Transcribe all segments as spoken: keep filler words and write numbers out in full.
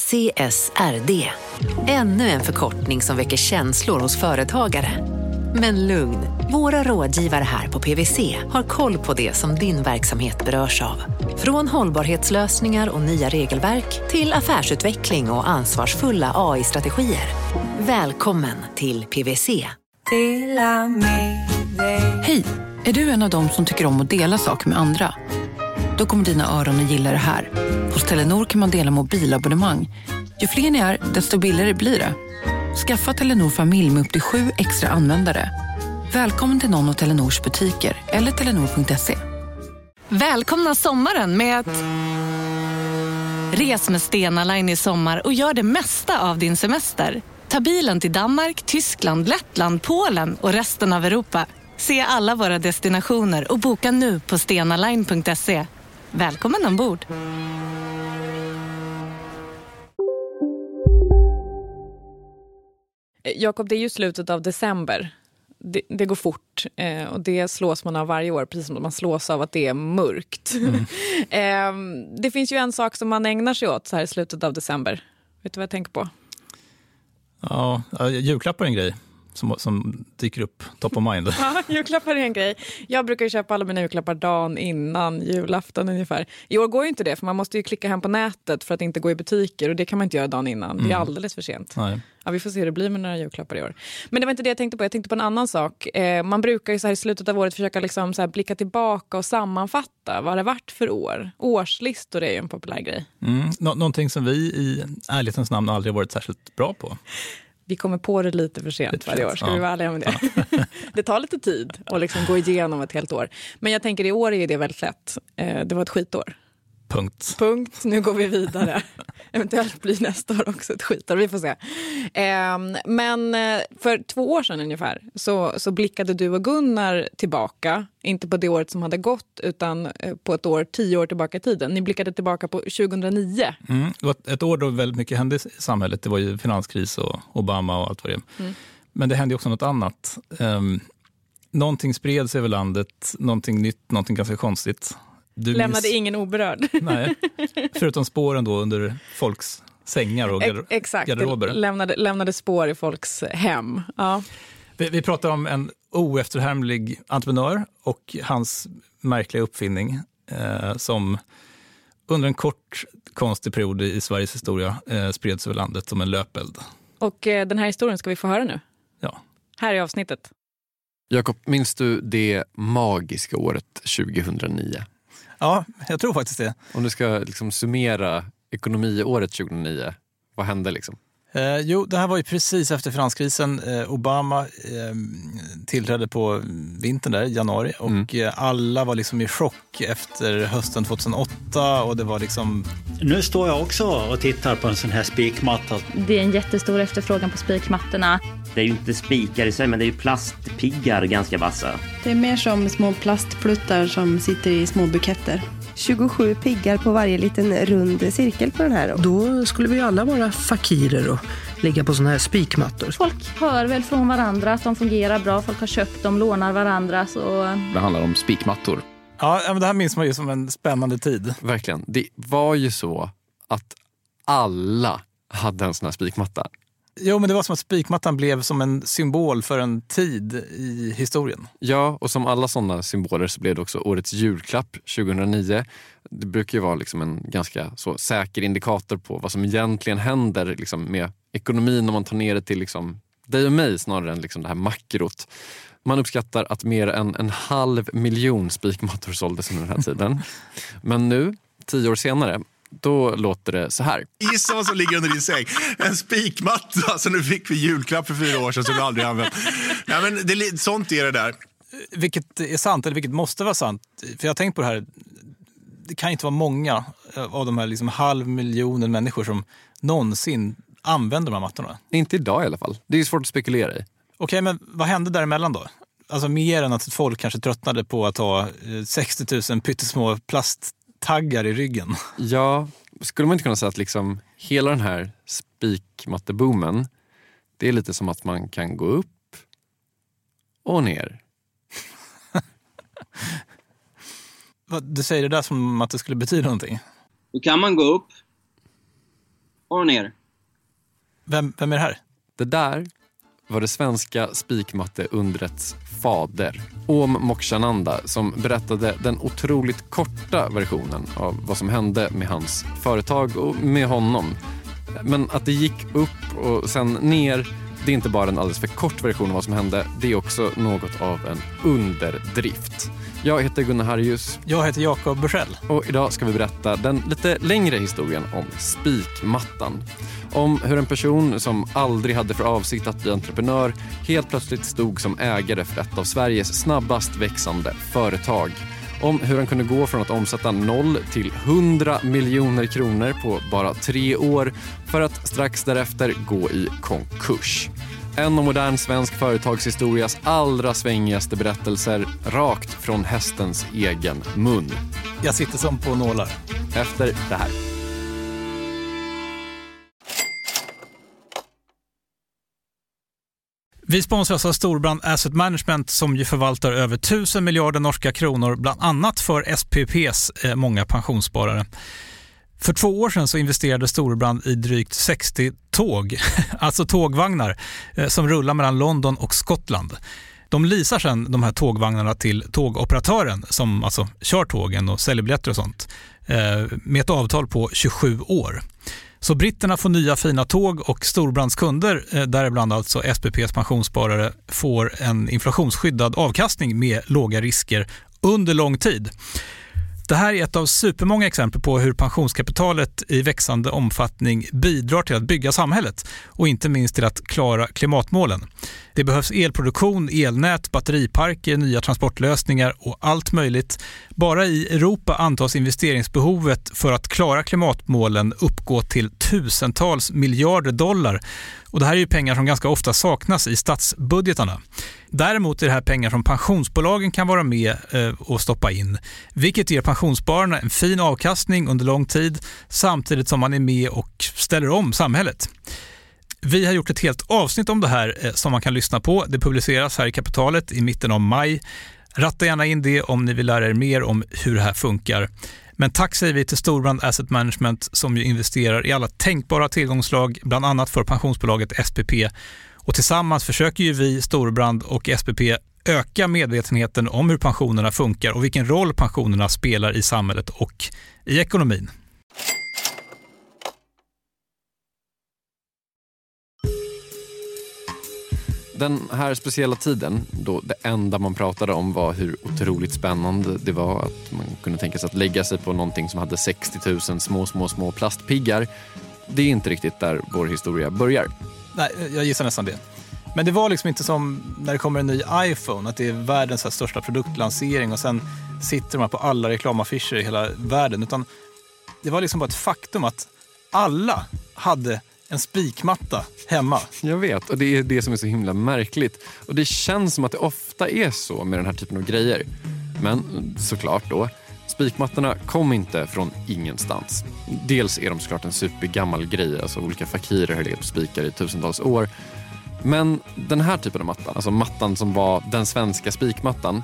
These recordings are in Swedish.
C S R D. Ännu en förkortning som väcker känslor hos företagare. Men lugn, våra rådgivare här på P W C har koll på det som din verksamhet berörs av. Från hållbarhetslösningar och nya regelverk till affärsutveckling och ansvarsfulla A I-strategier. Välkommen till P W C. Hej, är du en av dem som tycker om att dela saker med andra? Då kommer dina öron att gilla det här. Hos Telenor kan man dela mobilabonnemang. Ju fler ni är, desto billigare blir det. Skaffa Telenor familj med upp till sju extra användare. Välkommen till någon av Telenors butiker eller telenor punkt se. Välkomna sommaren med att res med Stena Line i sommar och gör det mesta av din semester. Ta bilen till Danmark, Tyskland, Lettland, Polen och resten av Europa. Se alla våra destinationer och boka nu på stena line punkt se. Välkommen ombord! Jakob, det är ju slutet av december. Det, det går fort eh, och det slås man av varje år, precis som man slås av att det är mörkt. Mm. eh, det finns ju en sak som man ägnar sig åt så här i slutet av december. Vet du vad jag tänker på? Ja, julklappar är en grej som, som dyker upp top of mind. Ja, julklappar är en grej. Jag brukar ju köpa alla mina julklappar dagen innan julafton ungefär. I år går ju inte det, för man måste ju klicka hem på nätet för att inte gå i butiker, och det kan man inte göra dagen innan. Mm. Det är alldeles för sent. Nej. Ja, vi får se hur det blir med några julklappar i år. Men det var inte det jag tänkte på. Jag tänkte på en annan sak. Eh, man brukar ju så här i slutet av året försöka liksom så här blicka tillbaka och sammanfatta vad det varit för år. Årslistor är ju en populär grej. Mm. Nå- någonting som vi i ärlighetens namn aldrig varit särskilt bra på. Vi kommer på det lite för sent varje år, ska ja. vi vara ärliga med det. Ja. Det tar lite tid att liksom gå igenom ett helt år. Men jag tänker i år är det väldigt lätt. Eh, det var ett skitår. Punkt. Punkt. Nu går vi vidare. Eventuellt blir nästa år också ett skitår. Vi får se. Eh, men för två år sedan ungefär så, så blickade du och Gunnar tillbaka. Inte på det året som hade gått, utan på ett år, tio år tillbaka i tiden. Ni blickade tillbaka på tjugohundranio. Mm, det var ett år då väldigt mycket hände i samhället. Det var ju finanskris och Obama och allt vad det är. Mm. Men det hände också något annat. Um, någonting spreds över landet. Någonting nytt, någonting ganska konstigt. Du lämnade minns... ingen oberörd. Nej, förutom spåren då under folks sängar och gar- Exakt, garderober. Lämnade, lämnade spår i folks hem. Ja. Vi, vi pratar om en oefterhärmlig entreprenör och hans märkliga uppfinning eh, som under en kort konstig period i Sveriges historia eh, spreds över landet som en löpeld. Och eh, den här historien ska vi få höra nu. Ja. Här är avsnittet. Jakob, minns du det magiska året tjugohundranio? Ja, jag tror faktiskt det. Om du ska liksom summera ekonomiåret tjugohundranio, vad hände liksom? Eh, jo, det här var ju precis efter finanskrisen. Eh, Obama eh, tillträdde på vintern där, januari. Och mm. eh, alla var liksom i chock efter hösten tjugohundraåtta. Och det var liksom... Nu står jag också och tittar på en sån här spikmatta. Det är en jättestor efterfrågan på spikmattorna. Det är ju inte spikar i sig, men det är ju plastpiggar ganska vassa. Det är mer som små plastpluttar som sitter i små buketter. tjugosju piggar på varje liten rund cirkel på den här. Då skulle vi alla vara fakirer och ligga på såna här spikmattor. Folk hör väl från varandra att de fungerar bra. Folk har köpt dem, lånar varandra. Så... Det handlar om spikmattor. Ja, men det här minns man ju som en spännande tid. Verkligen. Det var ju så att alla hade en sån här spikmatta. Jo, men det var som att spikmattan blev som en symbol för en tid i historien. Ja, och som alla sådana symboler så blev det också årets julklapp tjugohundranio. Det brukar ju vara liksom en ganska så säker indikator på vad som egentligen händer liksom med ekonomin om man tar ner det till liksom dig och mig snarare än liksom det här makrot. Man uppskattar att mer än en halv miljon spikmattor såldes under den här tiden. Men nu, tio år senare, då låter det så här. Gissa vad som ligger under din säng. En spikmatta som du fick för julklapp för fyra år sedan som du aldrig använt. Ja, men det, sånt är det där. Vilket är sant, eller vilket måste vara sant. För jag har tänkt på det här. Det kan inte vara många av de här liksom halv miljonen människor som någonsin använder de här mattorna. Inte idag i alla fall. Det är svårt att spekulera i. Okej, men vad hände däremellan då? Alltså mer än att folk kanske tröttnade på att ha sextio tusen pyttesmå plasttaggar i ryggen. Ja, skulle man inte kunna säga att liksom hela den här spikmatteboomen, det är lite som att man kan gå upp och ner. Du säger det där som att det skulle betyda någonting. Då kan man gå upp och ner. Vem, vem är det här? Det där var det svenska spikmatteundrets fader, Om Mokshananda, som berättade den otroligt korta versionen av vad som hände med hans företag och med honom. Men att det gick upp och sen ner, det är inte bara en alldeles för kort version av vad som hände, det är också något av en underdrift. Jag heter Gunnar Harjus. Jag heter Jakob Bursell. Och idag ska vi berätta den lite längre historien om spikmattan. Om hur en person som aldrig hade för avsikt att bli entreprenör helt plötsligt stod som ägare för ett av Sveriges snabbast växande företag. Om hur han kunde gå från att omsätta noll till hundra miljoner kronor på bara tre år för att strax därefter gå i konkurs. En av modern svensk företagshistorias allra svängigaste berättelser, rakt från hästens egen mun. Jag sitter som på nålar. Efter det här. Vi sponsras av Storebrand Asset Management som ju förvaltar över tusen miljarder norska kronor, bland annat för S P P:s eh, många pensionssparare. För två år sedan så investerade Storebrand i drygt sextio tåg, alltså tågvagnar, eh, som rullar mellan London och Skottland. De leasar sedan de här tågvagnarna till tågoperatören som alltså kör tågen och säljer biljetter och sånt, eh, med ett avtal på tjugosju år. Så britterna får nya fina tåg och Storebrands kunder, eh, däribland alltså S P P:s pensionssparare, får en inflationsskyddad avkastning med låga risker under lång tid. Det här är ett av supermånga exempel på hur pensionskapitalet i växande omfattning bidrar till att bygga samhället och inte minst till att klara klimatmålen. Det behövs elproduktion, elnät, batteriparker, nya transportlösningar och allt möjligt. Bara i Europa antas investeringsbehovet för att klara klimatmålen uppgå till tusentals miljarder dollar. Och det här är ju pengar som ganska ofta saknas i statsbudgetarna. Däremot är det här pengar som pensionsbolagen kan vara med och stoppa in, vilket ger pensionsspararna en fin avkastning under lång tid samtidigt som man är med och ställer om samhället. Vi har gjort ett helt avsnitt om det här som man kan lyssna på. Det publiceras här i Kapitalet i mitten av maj. Ratta gärna in det om ni vill lära er mer om hur det här funkar. Men tack säger vi till Storebrand Asset Management som ju investerar i alla tänkbara tillgångslag, bland annat för pensionsbolaget S P P. Och tillsammans försöker ju vi, Storebrand och S P P, öka medvetenheten om hur pensionerna funkar och vilken roll pensionerna spelar i samhället och i ekonomin. Den här speciella tiden, då det enda man pratade om var hur otroligt spännande det var att man kunde tänka sig att lägga sig på någonting som hade sextio tusen små, små, små plastpiggar. Det är inte riktigt där vår historia börjar. Nej, jag gissar nästan det. Men det var liksom inte som när det kommer en ny iPhone, att det är världens här största produktlansering och sen sitter man på alla reklamaffischer i hela världen. Utan det var liksom bara ett faktum att alla hade en spikmatta hemma. Jag vet, och det är det som är så himla märkligt. Och det känns som att det ofta är så med den här typen av grejer. Men såklart då, spikmattorna kom inte från ingenstans. Dels är de såklart en supergammal grej, alltså olika fakirer har legat på spikar i tusentals år. Men den här typen av mattan, alltså mattan som var den svenska spikmattan,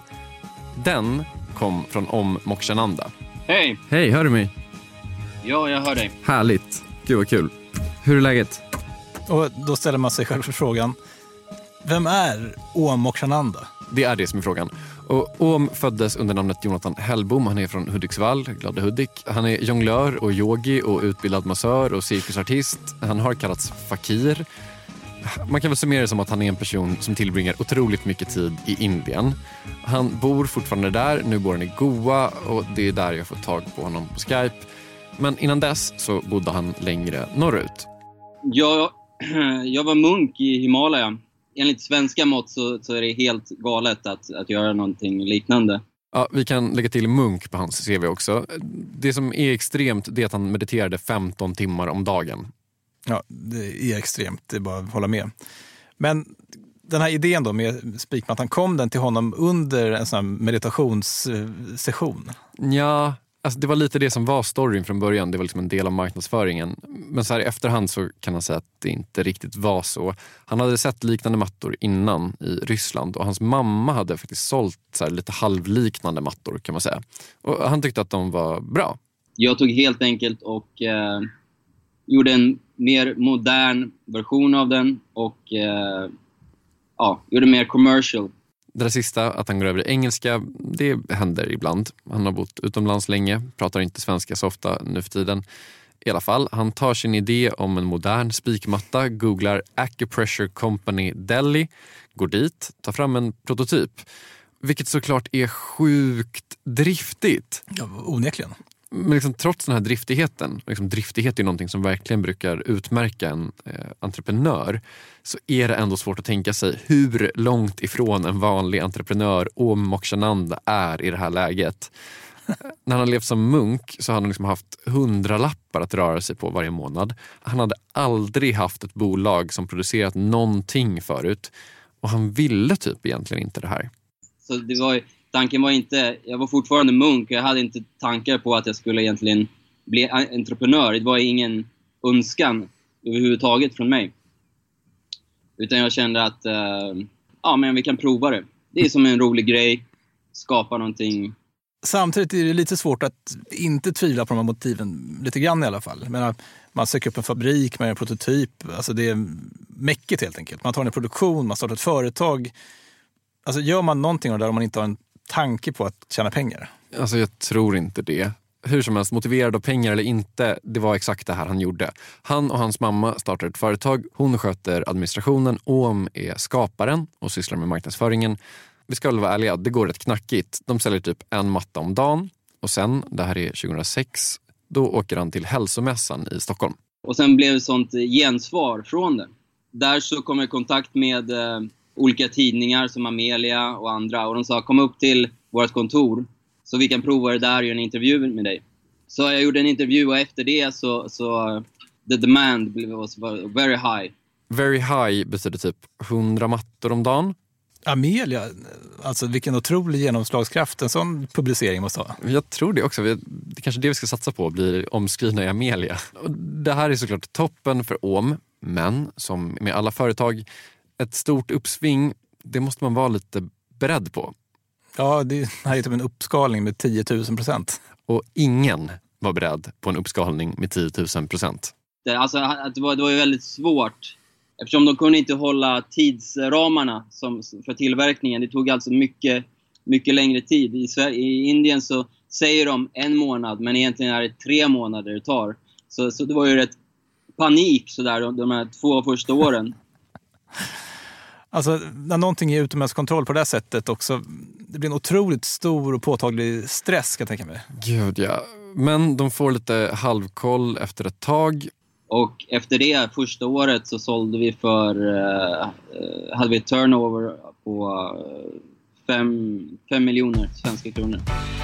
den kom från Om Mokshananda. Hej! Hej, hör du mig? Ja, jag hör dig. Härligt, gud vad kul. Hur är läget? Och då ställer man sig själv för frågan, vem är Om Mokshananda? Det är det som är frågan. Och Om föddes under namnet Jonathan Hellbom. Han är från Hudiksvall, glada Hudik. Han är jonglör och yogi och utbildad massör och cirkusartist. Han har kallats fakir. Man kan väl summera det som att han är en person som tillbringar otroligt mycket tid i Indien. Han bor fortfarande där, nu bor han i Goa och det är där jag får tag på honom på Skype. Men innan dess så bodde han längre norrut. Jag, jag var munk i Himalaya. Enligt svenska mått så, så är det helt galet att, att göra någonting liknande. Ja, vi kan lägga till munk på hans C V också. Det som är extremt det är att han mediterade femton timmar om dagen. Ja, det är extremt, det är bara att hålla med. Men den här idén då med spikmattan, kom den till honom under en sån här meditationssession? Ja, alltså det var lite det som var storyn från början. Det var liksom en del av marknadsföringen. Men så här i efterhand så kan man säga att det inte riktigt var så. Han hade sett liknande mattor innan i Ryssland. Och hans mamma hade faktiskt sålt så här lite halvliknande mattor kan man säga. Och han tyckte att de var bra. Jag tog helt enkelt och eh, gjorde en mer modern version av den och eh, ja, gjorde mer commercial. Det där sista, att han går över i engelska, det händer ibland. Han har bott utomlands länge, pratar inte svenska så ofta nu för tiden. I alla fall, han tar sin idé om en modern spikmatta, googlar Acupressure Company Delhi, går dit, tar fram en prototyp. Vilket såklart är sjukt driftigt. Ja, onekligen. Men liksom, trots den här driftigheten, liksom, driftighet är någonting som verkligen brukar utmärka en eh, entreprenör, så är det ändå svårt att tänka sig hur långt ifrån en vanlig entreprenör Om Mokshananda är i det här läget. När han har levt som munk så har han liksom haft hundralappar att röra sig på varje månad. Han hade aldrig haft ett bolag som producerat någonting förut, och han ville typ egentligen inte det här. Så det var, tanken var inte, jag var fortfarande munk, jag hade inte tankar på att jag skulle egentligen bli entreprenör. Det var ingen önskan överhuvudtaget från mig. Utan jag kände att uh, ja, men vi kan prova det. Det är som en rolig grej, skapa någonting. Samtidigt är det lite svårt att inte tvivla på de här motiven, lite grann i alla fall. Men man söker upp en fabrik med en prototyp, alltså det är mäckigt helt enkelt. Man tar en produktion, man startar ett företag. Alltså gör man någonting av det där om man inte har en tanke på att tjäna pengar? Alltså jag tror inte det. Hur som helst, motiverad av pengar eller inte, det var exakt det här han gjorde. Han och hans mamma startar ett företag, hon sköter administrationen, Om är skaparen och sysslar med marknadsföringen. Vi ska väl vara ärliga, det går rätt knackigt. De säljer typ en matta om dagen, och sen, det här är tjugohundrasex, då åker han till hälsomässan i Stockholm. Och sen blev det sånt gensvar från det. Där så kom jag i kontakt med eh, olika tidningar som Amelia och andra, och de sa kom upp till vårt kontor så vi kan prova det där och göra en intervju med dig. Så jag gjorde en intervju, och efter det så, så the demand was very high. Very high betyder typ hundra mattor om dagen. Amelia, alltså vilken otrolig genomslagskraft en sån publicering måste ha. Jag tror det också. Det är kanske det vi ska satsa på, blir omskrivna i Amelia. Och det här är såklart toppen för Om, men som med alla företag, ett stort uppsving, det måste man vara lite beredd på. Ja, det här är typ en uppskalning med tio tusen procent. Och ingen var beredd på en uppskalning med tio tusen procent. Det, alltså, det, var, det var ju väldigt svårt. Eftersom de kunde inte hålla tidsramarna som, för tillverkningen. Det tog alltså mycket, mycket längre tid. I, Sverige, I Indien så säger de en månad, men egentligen är det tre månader det tar. Så, så det var ju rätt panik så där, de, de här två första åren. Alltså när någonting är utom ens kontroll på det här sättet också, det blir en otroligt stor och påtaglig stress, kan jag tänka mig. Gud ja, men de får lite halvkoll efter ett tag. Och efter det första året så sålde vi för, uh, hade vi ett turnover på uh, fem, fem miljoner svenska kronor.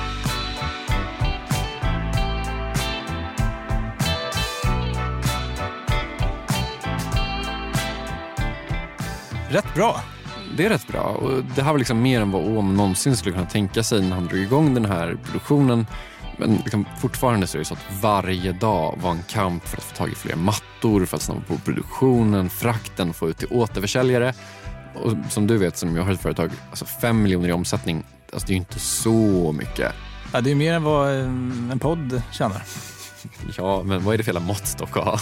Rätt bra. Det är rätt bra, och det här var liksom mer än vad Om någonsin skulle kunna tänka sig när han drog igång den här produktionen. Men liksom fortfarande så är det så att varje dag var en kamp för att få tag i fler mattor, för att snabba på produktionen, frakten, få ut till återförsäljare. Och som du vet, som jag har ett företag, alltså fem miljoner i omsättning, alltså det är ju inte så mycket. Ja, det är mer än vad en podd tjänar. Ja, men vad är det för hela måttstock att ha?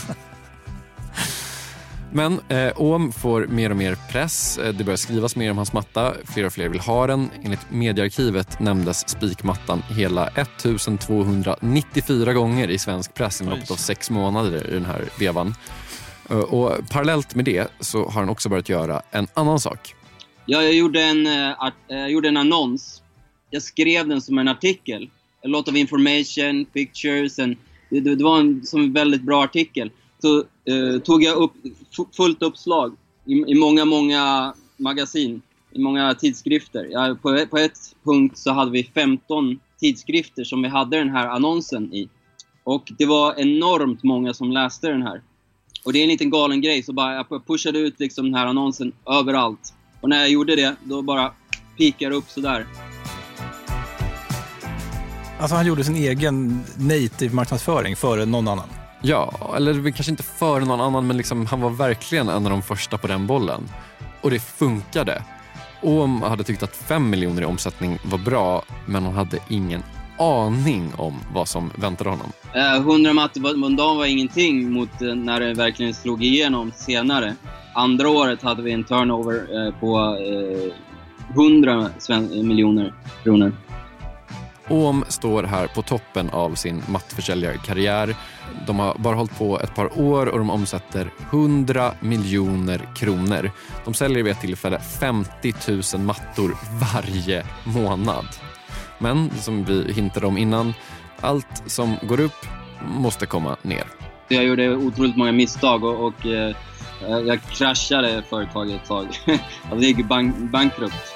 Men eh, Om får mer och mer press. Det börjar skrivas mer om hans matta. Fler och fler vill ha den. Enligt mediearkivet nämndes spikmattan hela ettusentvåhundranittiofyra gånger i svensk press i loppet av sex månader i den här vevan. Och parallellt med det så har han också börjat göra en annan sak. Ja, jag gjorde en, uh, jag gjorde en annons. Jag skrev den som en artikel. A lot of information, pictures. And det, det var en som väldigt bra artikel. Så uh, tog jag upp fullt uppslag i, i många, många magasin, i många tidskrifter. Ja, på, på ett punkt så hade vi femton tidskrifter som vi hade den här annonsen i. Och det var enormt många som läste den här. Och det är en liten galen grej, så bara jag pushade ut liksom den här annonsen överallt. Och när jag gjorde det, då bara pikar upp sådär. Alltså han gjorde sin egen native marknadsföring före någon annan. Ja, eller kanske inte före någon annan, men liksom, han var verkligen en av de första på den bollen. Och det funkade. Om hade tyckt att fem miljoner i omsättning var bra, men han hade ingen aning om vad som väntade honom. hundra mattor på en dag var ingenting mot uh, när det verkligen slog igenom senare. Andra året hade vi en turnover uh, på uh, hundra miljoner kronor. Ohm står här på toppen av sin mattförsäljarkarriär. De har bara hållit på ett par år och de omsätter hundra miljoner kronor. De säljer vid ett tillfälle femtio tusen mattor varje månad. Men som vi hintade om innan, allt som går upp måste komma ner. Jag gjorde otroligt många misstag och, och eh, jag kraschade företaget ett tag. Jag gick bank, bankrupt.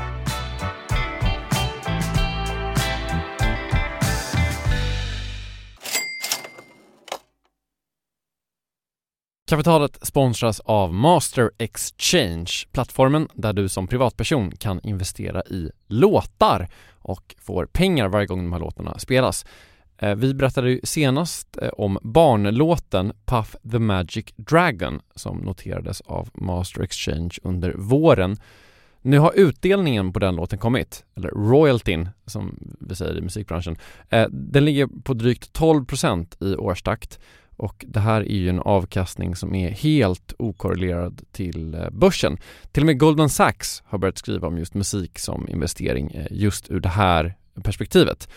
Kapitalet sponsras av Master Exchange, plattformen där du som privatperson kan investera i låtar och får pengar varje gång de här låtarna spelas. Vi berättade ju senast om barnlåten Puff the Magic Dragon som noterades av Master Exchange under våren. Nu har utdelningen på den låten kommit, eller royaltyn som vi säger i musikbranschen. Den ligger på drygt tolv procent i årstakt. Och det här är ju en avkastning som är helt okorrelerad till börsen. Till och med Goldman Sachs har börjat skriva om just musik som investering just ur det här perspektivet.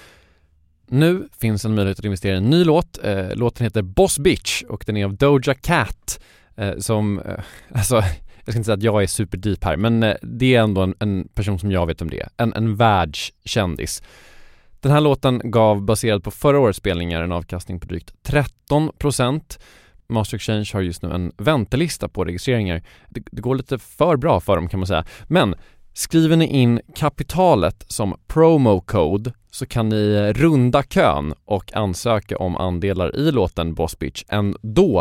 Nu finns en möjlighet att investera i en ny låt. Låten heter Boss Bitch och den är av Doja Cat som, alltså jag ska inte säga att jag är super deep här, men det är ändå en, en person som jag vet om det är. En, en världskändis. Den här låten gav, baserad på förra årets spelningar, en avkastning på drygt tretton procent. Master Exchange har just nu en väntelista på registreringar. Det, det går lite för bra för dem kan man säga. Men skriver ni in kapitalet som promo code så kan ni runda kön och ansöka om andelar i låten Boss Bitch ändå.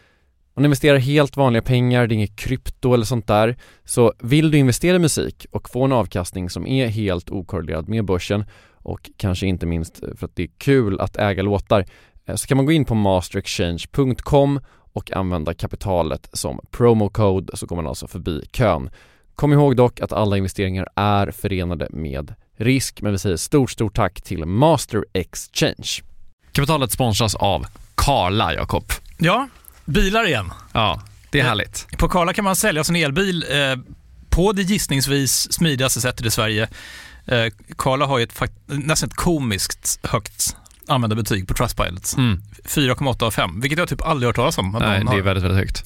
Om ni investerar helt vanliga pengar, det är inget krypto eller sånt där, så vill du investera i musik och få en avkastning som är helt okorrelerad med börsen och kanske inte minst för att det är kul att äga låtar, så kan man gå in på master exchange punkt com och använda kapitalet som promo code, så går man alltså förbi kön. Kom ihåg dock att alla investeringar är förenade med risk, men vi säger stort stort tack till Master Exchange. Kapitalet sponsras av Carla, Jakob. Ja, bilar igen. Ja, det är härligt. På Carla kan man sälja sin elbil eh, på det gissningsvis smidigaste sättet i Sverige. Eh, Carla har ju ett fakt- nästan ett komiskt högt användarbetyg på Trustpilot. Mm. fyra komma åtta av fem, vilket jag typ aldrig hört talas om. Nej, det är väldigt, väldigt högt.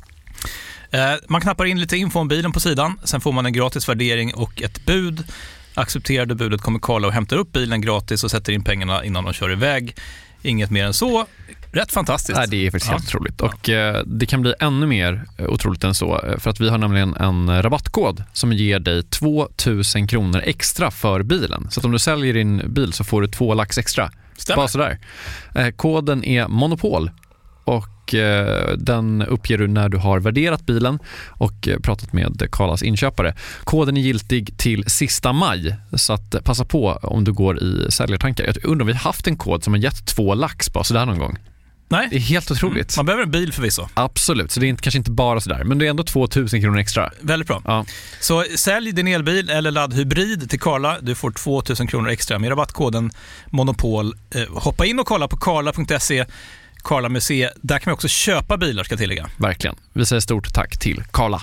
Eh, man knappar in lite info om bilen på sidan. Sen får man en gratis värdering och ett bud. Accepterade budet kommer Carla och hämtar upp bilen gratis och sätter in pengarna innan de kör iväg. Inget mer än så. Rätt fantastiskt. Nej, det är faktiskt ja. helt otroligt. Och eh, det kan bli ännu mer otroligt än så. För att vi har nämligen en rabattkod som ger dig två tusen kronor extra för bilen. Så att om du säljer din bil så får du två lax extra. Stämmer. Bara sådär. Eh, koden är Monopol. Och eh, den uppger du när du har värderat bilen och eh, pratat med Carlas inköpare. Koden är giltig till sista maj, så att passa på om du går i säljartankar. Jag undrar om vi har haft en kod som har gett två lax bara sådär någon gång. Nej. Det är helt otroligt. Man behöver en bil förvisso. Absolut, så det är inte, kanske inte bara sådär. Men det är ändå två tusen kronor extra. Väldigt bra. Ja. Så sälj din elbil eller laddhybrid till Carla. Du får två tusen kronor extra med rabattkoden Monopol. Eh, hoppa in och kolla på carla punkt se. Carla Museet. Där kan vi också köpa bilar, ska tillägga. Verkligen. Vi säger stort tack till Carla.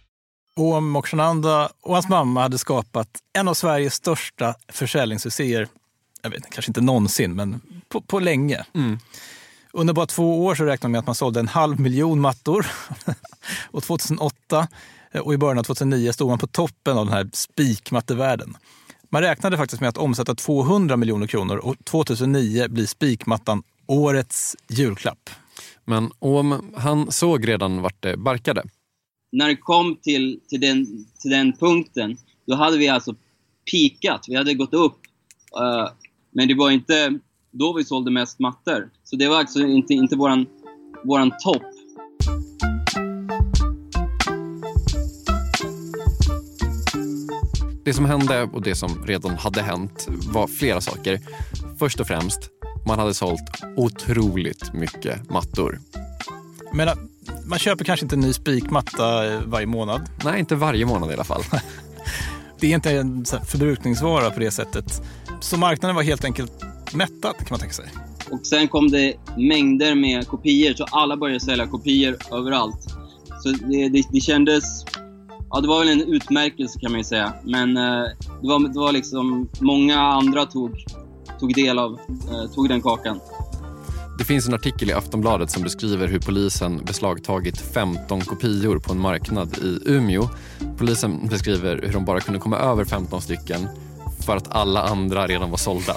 Och Mokshananda och hans mamma hade skapat en av Sveriges största försäljningssuccéer. Jag vet kanske inte någonsin, men på, på länge. Mm. Under bara två år så räknar man med att man sålde en halv miljon mattor. Och tjugohundraåtta och i början av tjugohundranio stod man på toppen av den här spikmattevärlden. Man räknade faktiskt med att omsätta tvåhundra miljoner kronor och tjugohundranio blir spikmattan årets julklapp. Men om han såg redan vart det barkade. När det kom till, till, den, till den punkten, då hade vi alltså pikat. Vi hade gått upp. Uh, men det var inte då vi sålde mest mattor. Så det var alltså inte, inte våran, våran topp. Det som hände och det som redan hade hänt var flera saker. Först och främst, man hade sålt otroligt mycket mattor. Men man köper kanske inte en ny spikmatta varje månad? Nej, inte varje månad i alla fall. Det är inte en förbrukningsvara på det sättet. Så marknaden var helt enkelt mättad kan man tänka sig. Och sen kom det mängder med kopior, så alla började sälja kopior överallt. Så det, det, det kändes... Ja, det var väl en utmärkelse kan man ju säga. Men eh, det, var, det var liksom... Många andra tog, tog del av eh, tog den kakan. Det finns en artikel i Aftonbladet som beskriver hur polisen beslagtagit femton kopior på en marknad i Umeå. Polisen beskriver hur de bara kunde komma över femton stycken för att alla andra redan var sålda.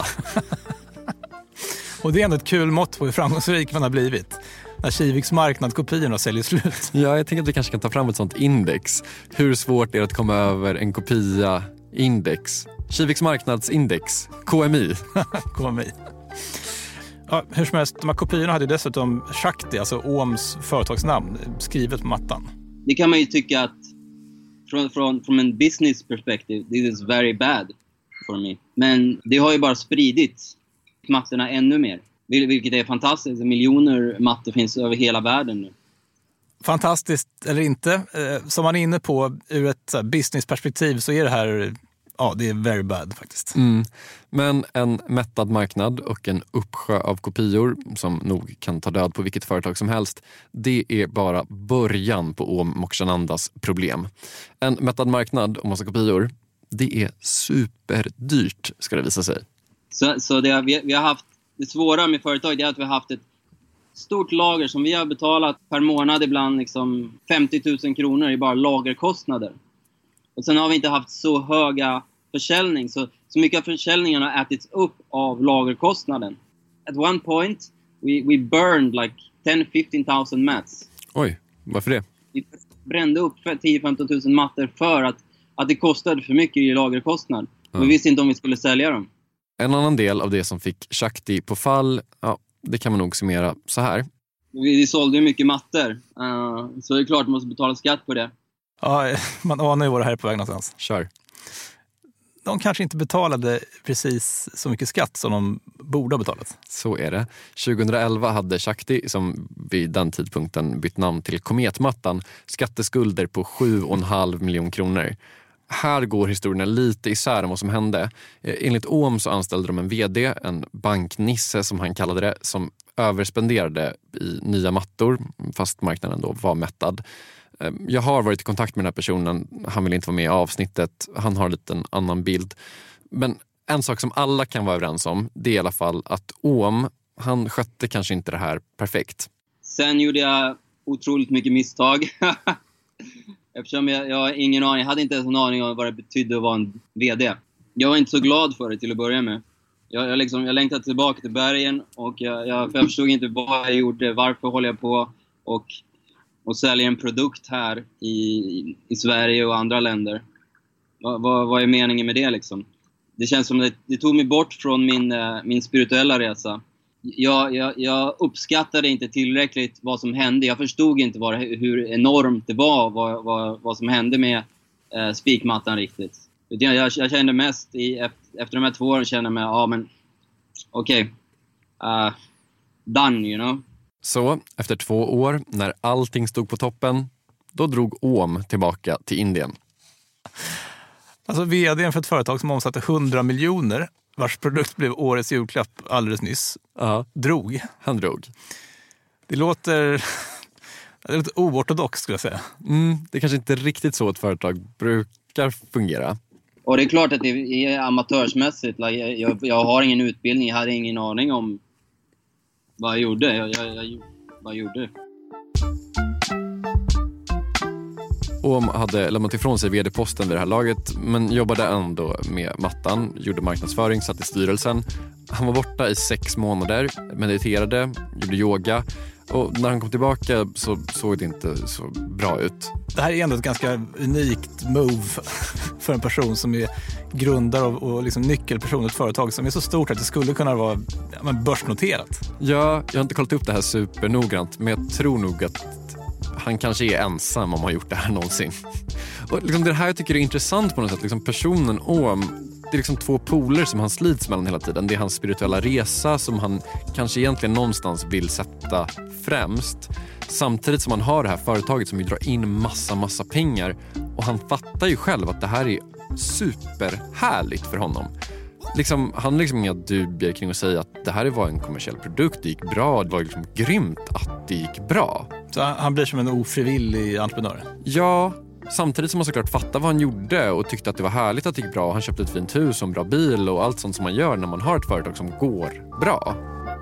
Och det är ändå ett kul mått på hur framgångsrik man har blivit. När Kiviks marknadskopiorna säljer slut. Ja, jag tänker att vi kanske kan ta fram ett sånt index. Hur svårt är det att komma över en kopia-index? Kiviks marknadsindex, K M I. K M I. Ja, hur som helst, de här kopiorna hade dessutom Shakti, alltså Ohms företagsnamn, skrivet på mattan. Det kan man ju tycka att från, från, från en business perspective, this is very bad for me. Men det har ju bara spridit mattorna ännu mer. Vilket är fantastiskt. Miljoner mattor finns över hela världen nu. Fantastiskt eller inte. Som man är inne på ur ett businessperspektiv så är det här, ja, det är very bad faktiskt. Mm. Men en mättad marknad och en uppsjö av kopior som nog kan ta död på vilket företag som helst, det är bara början på Om Mokshanandas problem. En mättad marknad och massa kopior, det är superdyrt ska det visa sig. Så, så det, vi, vi har haft det svåra med företag, det är att vi har haft ett stort lager som vi har betalat per månad ibland liksom femtio tusen kronor i bara lagerkostnader. Och sen har vi inte haft så höga försäljning. Så, så mycket av försäljningen har ätits upp av lagerkostnaden. At one point we, we burned like ten to fifteen thousand mats. Oj, varför det? Vi brände upp tio till femton tusen mattor för att, att det kostade för mycket i lagerkostnad. Ja. Vi visste inte om vi skulle sälja dem. En annan del av det som fick Shakti på fall, ja, det kan man nog summera så här. Vi, vi sålde ju mycket mattor, uh, så det är klart man måste betala skatt på det. Ja, man anar ju vad det här är på väg någonstans. Kör. De kanske inte betalade precis så mycket skatt som de borde ha betalat. Så är det. tjugoelva hade Shakti, som vid den tidpunkten bytt namn till Kometmattan, skatteskulder på sju och en halv miljon kronor. Här går historierna lite isär om vad som hände. Enligt Ohm så anställde de en vd, en banknisse som han kallade det, som överspenderade i nya mattor fast marknaden då var mättad. Jag har varit i kontakt med den här personen, han vill inte vara med i avsnittet, han har en liten annan bild. Men en sak som alla kan vara överens om, det är i alla fall att Ohm, han skötte kanske inte det här perfekt. Sen gjorde jag otroligt mycket misstag. Eftersom jag, jag har ingen aning, jag hade inte ens en aning om vad det betydde att vara en vd. Jag var inte så glad för det till att börja med. Jag, jag, liksom, jag längtade tillbaka till bergen och jag, jag, för jag förstod inte vad jag gjorde, varför håller jag på och, och säljer en produkt här i, i Sverige och andra länder. Vad, vad, vad är meningen med det liksom? Det känns som att det, det tog mig bort från min, min spirituella resa. Jag, jag, jag uppskattade inte tillräckligt vad som hände. Jag förstod inte vad, hur enormt det var, vad, vad, vad som hände med eh, spikmattan riktigt. Jag, jag, jag kände mest, i, efter, efter de här två åren kände jag mig, ja men okej, okay, uh, done you know. Så efter två år, när allting stod på toppen, då drog Ohm tillbaka till Indien. Alltså vdn för ett företag som omsatte hundra miljoner, vars produkt blev årets julklapp alldeles nyss, uh-huh. drog. Han drog. Det låter, det låter oortodox skulle jag säga. Mm, det är kanske inte riktigt så ett företag brukar fungera. Och det är klart att det är amatörsmässigt. Jag, jag, jag har ingen utbildning, jag hade ingen aning om vad jag gjorde. Jag, jag, jag, vad jag gjorde. Ohm hade lämnat ifrån sig vd-posten vid det här laget, men jobbade ändå med mattan, gjorde marknadsföring, satt i styrelsen. Han var borta i sex månader, mediterade, gjorde yoga, och när han kom tillbaka så såg det inte så bra ut. Det här är ändå ett ganska unikt move för en person som är grundare och, och liksom nyckelperson i ett företag som är så stort att det skulle kunna vara ja, börsnoterat. Ja, jag har inte kollat upp det här supernoggrant, men jag tror nog att han kanske är ensam om att ha gjort det här någonsin. Och liksom det här jag tycker är intressant på något sätt. Liksom personen Ohm, det är liksom två poler som han slits mellan hela tiden. Det är hans spirituella resa som han kanske egentligen någonstans vill sätta främst. Samtidigt som han har det här företaget som ju drar in massa, massa pengar. Och han fattar ju själv att det här är superhärligt för honom. Liksom, han har liksom inga dubier kring att säga att det här var en kommersiell produkt, det gick bra, det var liksom grymt att det gick bra. Så han blir som en ofrivillig entreprenör? Ja, samtidigt som man såklart fattar vad han gjorde och tyckte att det var härligt att det gick bra. Han köpte ett fint hus och en bra bil och allt sånt som man gör när man har ett företag som går bra.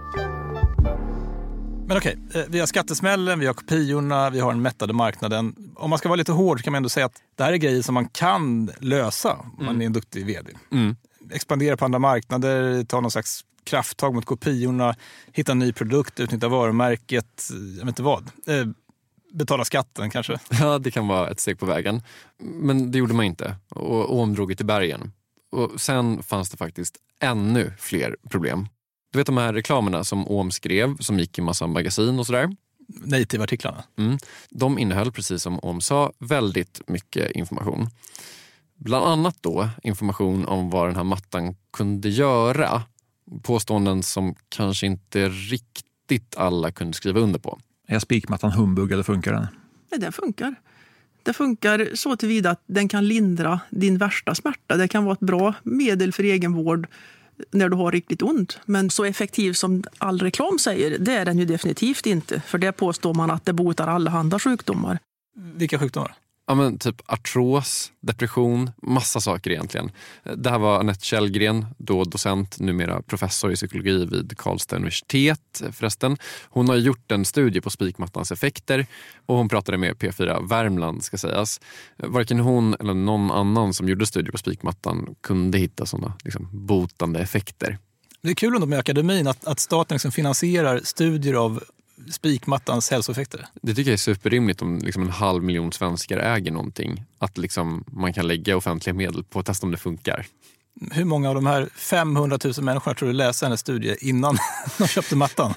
Men okej, vi har skattesmällen, vi har kopiorna, vi har den mättade marknaden. Om man ska vara lite hård kan man ändå säga att det här är grejer som man kan lösa om mm. man är en duktig vd. Mm. Expandera på andra marknader, ta någon slags krafttag mot kopiorna, hitta en ny produkt, utnyttja varumärket, jag vet inte vad. Eh, betala skatten kanske. Ja, det kan vara ett steg på vägen. Men det gjorde man inte och Ohm drog till bergen. Och sen fanns det faktiskt ännu fler problem. Du vet de här reklamerna som Ohm skrev som gick i massa magasin och sådär? Native-artiklarna. Mm. De innehöll, precis som Ohm sa, väldigt mycket information. Bland annat då information om vad den här mattan kunde göra. Påståenden som kanske inte riktigt alla kunde skriva under på. Är spikmattan humbug eller funkar den? Nej, den funkar. Det funkar så tillvida att den kan lindra din värsta smärta. Det kan vara ett bra medel för egenvård när du har riktigt ont. Men så effektiv som all reklam säger, det är den ju definitivt inte. För det påstår man att det botar alla andra sjukdomar. Vilka sjukdomar? Ja, men typ artros, depression, massa saker egentligen. Det här var Anette Källgren, då docent, numera professor i psykologi vid Karlstad universitet förresten. Hon har gjort en studie på spikmattans effekter och hon pratade med P fyra Värmland ska sägas. Varken hon eller någon annan som gjorde studier på spikmattan kunde hitta sådana liksom, botande effekter. Det är kul ändå med akademin att, att staten liksom finansierar studier av spikmattans hälsoeffekter. Det tycker jag är superrimligt om liksom en halv miljon svenskar äger någonting. Att liksom man kan lägga offentliga medel på att testa om det funkar. Hur många av de här femhundratusen människorna tror du läser en studie innan de köpte mattan?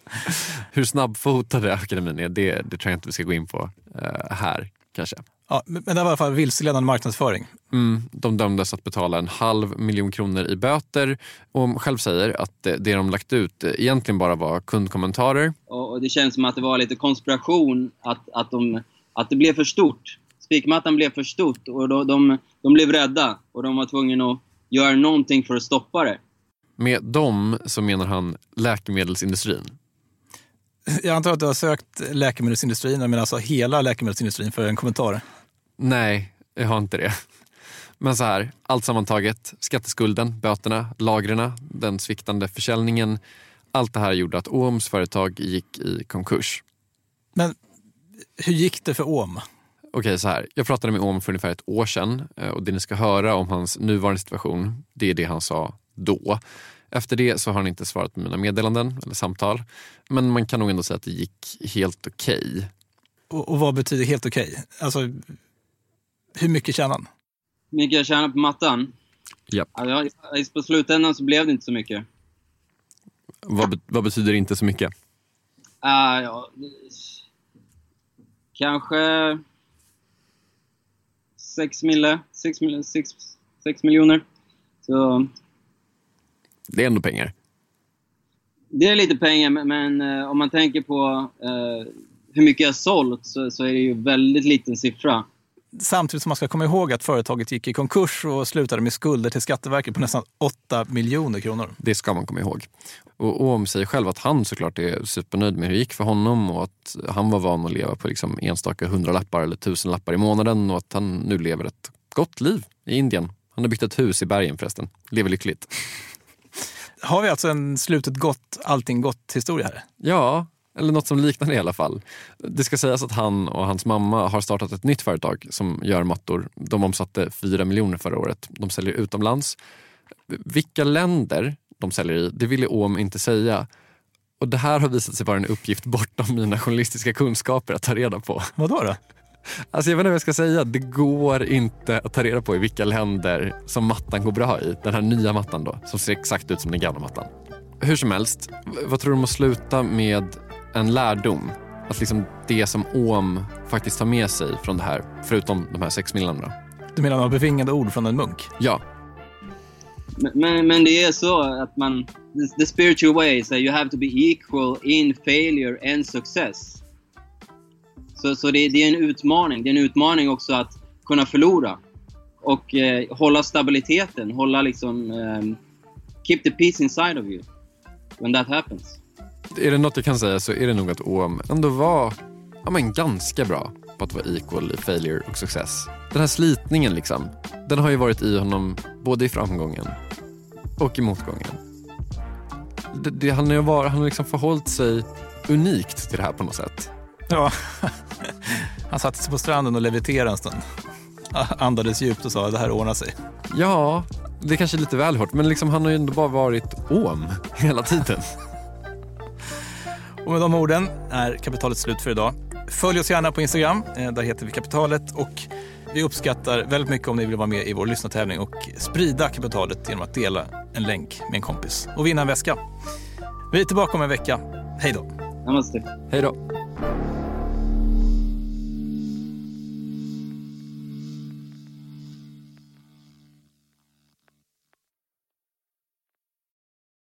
Hur snabbfotade akademin är, det, det tror jag inte vi ska gå in på uh, här kanske. Ja, men det var i alla fall vilseledande marknadsföring. Mm, de dömdes att betala en halv miljon kronor i böter och själv säger att det, det de lagt ut egentligen bara var kundkommentarer. Och det känns som att det var lite konspiration att, att, de, att det blev för stort. Spikmattan blev för stort och de, de, de blev rädda och de var tvungna att göra någonting för att stoppa det. Med dem så menar han läkemedelsindustrin. Jag antar att du har sökt läkemedelsindustrin, men alltså hela läkemedelsindustrin för en kommentar. Nej, jag har inte det. Men så här, allt sammantaget, skatteskulden, böterna, lagren, den sviktande försäljningen, allt det här gjorde att Ohms företag gick i konkurs. Men hur gick det för Ohm? Okej, så här. Jag pratade med Ohm för ungefär ett år sedan och det ni ska höra om hans nuvarande situation, det är det han sa då. Efter det så har han inte svarat på mina meddelanden eller samtal. Men man kan nog ändå säga att det gick helt okej. Okay. Och, och vad betyder helt okej? Okay? Alltså, hur mycket tjänar han? Hur mycket jag tjänar på mattan? Ja. Alltså, på slutändan så blev det inte så mycket. Vad, be- vad betyder inte så mycket? Uh, ja, kanske sex mille, sex, mille, sex, sex miljoner. Så... Det är ändå pengar. Det är lite pengar, men, men uh, om man tänker på uh, hur mycket jag har sålt så, så är det ju väldigt liten siffra. Samtidigt som man ska komma ihåg att företaget gick i konkurs och slutade med skulder till Skatteverket på nästan åtta miljoner kronor. Det ska man komma ihåg. Och Ohm säger själv att han såklart är supernöjd med hur det gick för honom och att han var van att leva på liksom enstaka hundralappar eller tusenlappar i månaden och att han nu lever ett gott liv i Indien. Han har byggt ett hus i bergen förresten. Lever lyckligt. Har vi alltså en slutet gott, allting gott historia här? Ja, eller något som liknar det i alla fall. Det ska sägas att han och hans mamma har startat ett nytt företag som gör mattor. De omsatte fyra miljoner förra året. De säljer utomlands. Vilka länder de säljer i, det ville Ohm inte säga. Och det här har visat sig vara en uppgift bortom mina journalistiska kunskaper att ta reda på. Vad då då? Alltså jag vet inte vad jag ska säga. Det går inte att ta reda på i vilka länder som mattan går bra i. Den här nya mattan då, som ser exakt ut som den gamla mattan. Hur som helst, vad tror du om att sluta med en lärdom? Att liksom det som Ohm faktiskt tar med sig från det här, förutom de här sex miljonerna. Du menar några bevingade ord från en munk? Ja. Men, men, men det är så att man, the, the spiritual way is that you have to be equal in failure and success. Så, så det, det är en utmaning. Det är en utmaning också att kunna förlora. Och eh, hålla stabiliteten. Hålla liksom, eh, keep the peace inside of you when that happens. Är det något jag kan säga så är det nog att O M ändå var ja, men ganska bra på att vara equal i failure och success. Den här slitningen liksom, den har ju varit i honom både i framgången och i motgången. Det, det, han har, var, han har liksom förhållit sig unikt till det här på något sätt. Ja, han satte sig på stranden och leviterade en stund. Andades djupt och sa att det här ordnar sig. Ja, det är kanske lite väl hårt, men liksom, han har ju ändå bara varit om hela tiden. Och med de orden är Kapitalet slut för idag. Följ oss gärna på Instagram, där heter vi Kapitalet, och vi uppskattar väldigt mycket om ni vill vara med i vår lyssnartävling och sprida Kapitalet genom att dela en länk med en kompis och vinna en väska. Vi är tillbaka om en vecka. Hej då. Namaste. Hej då.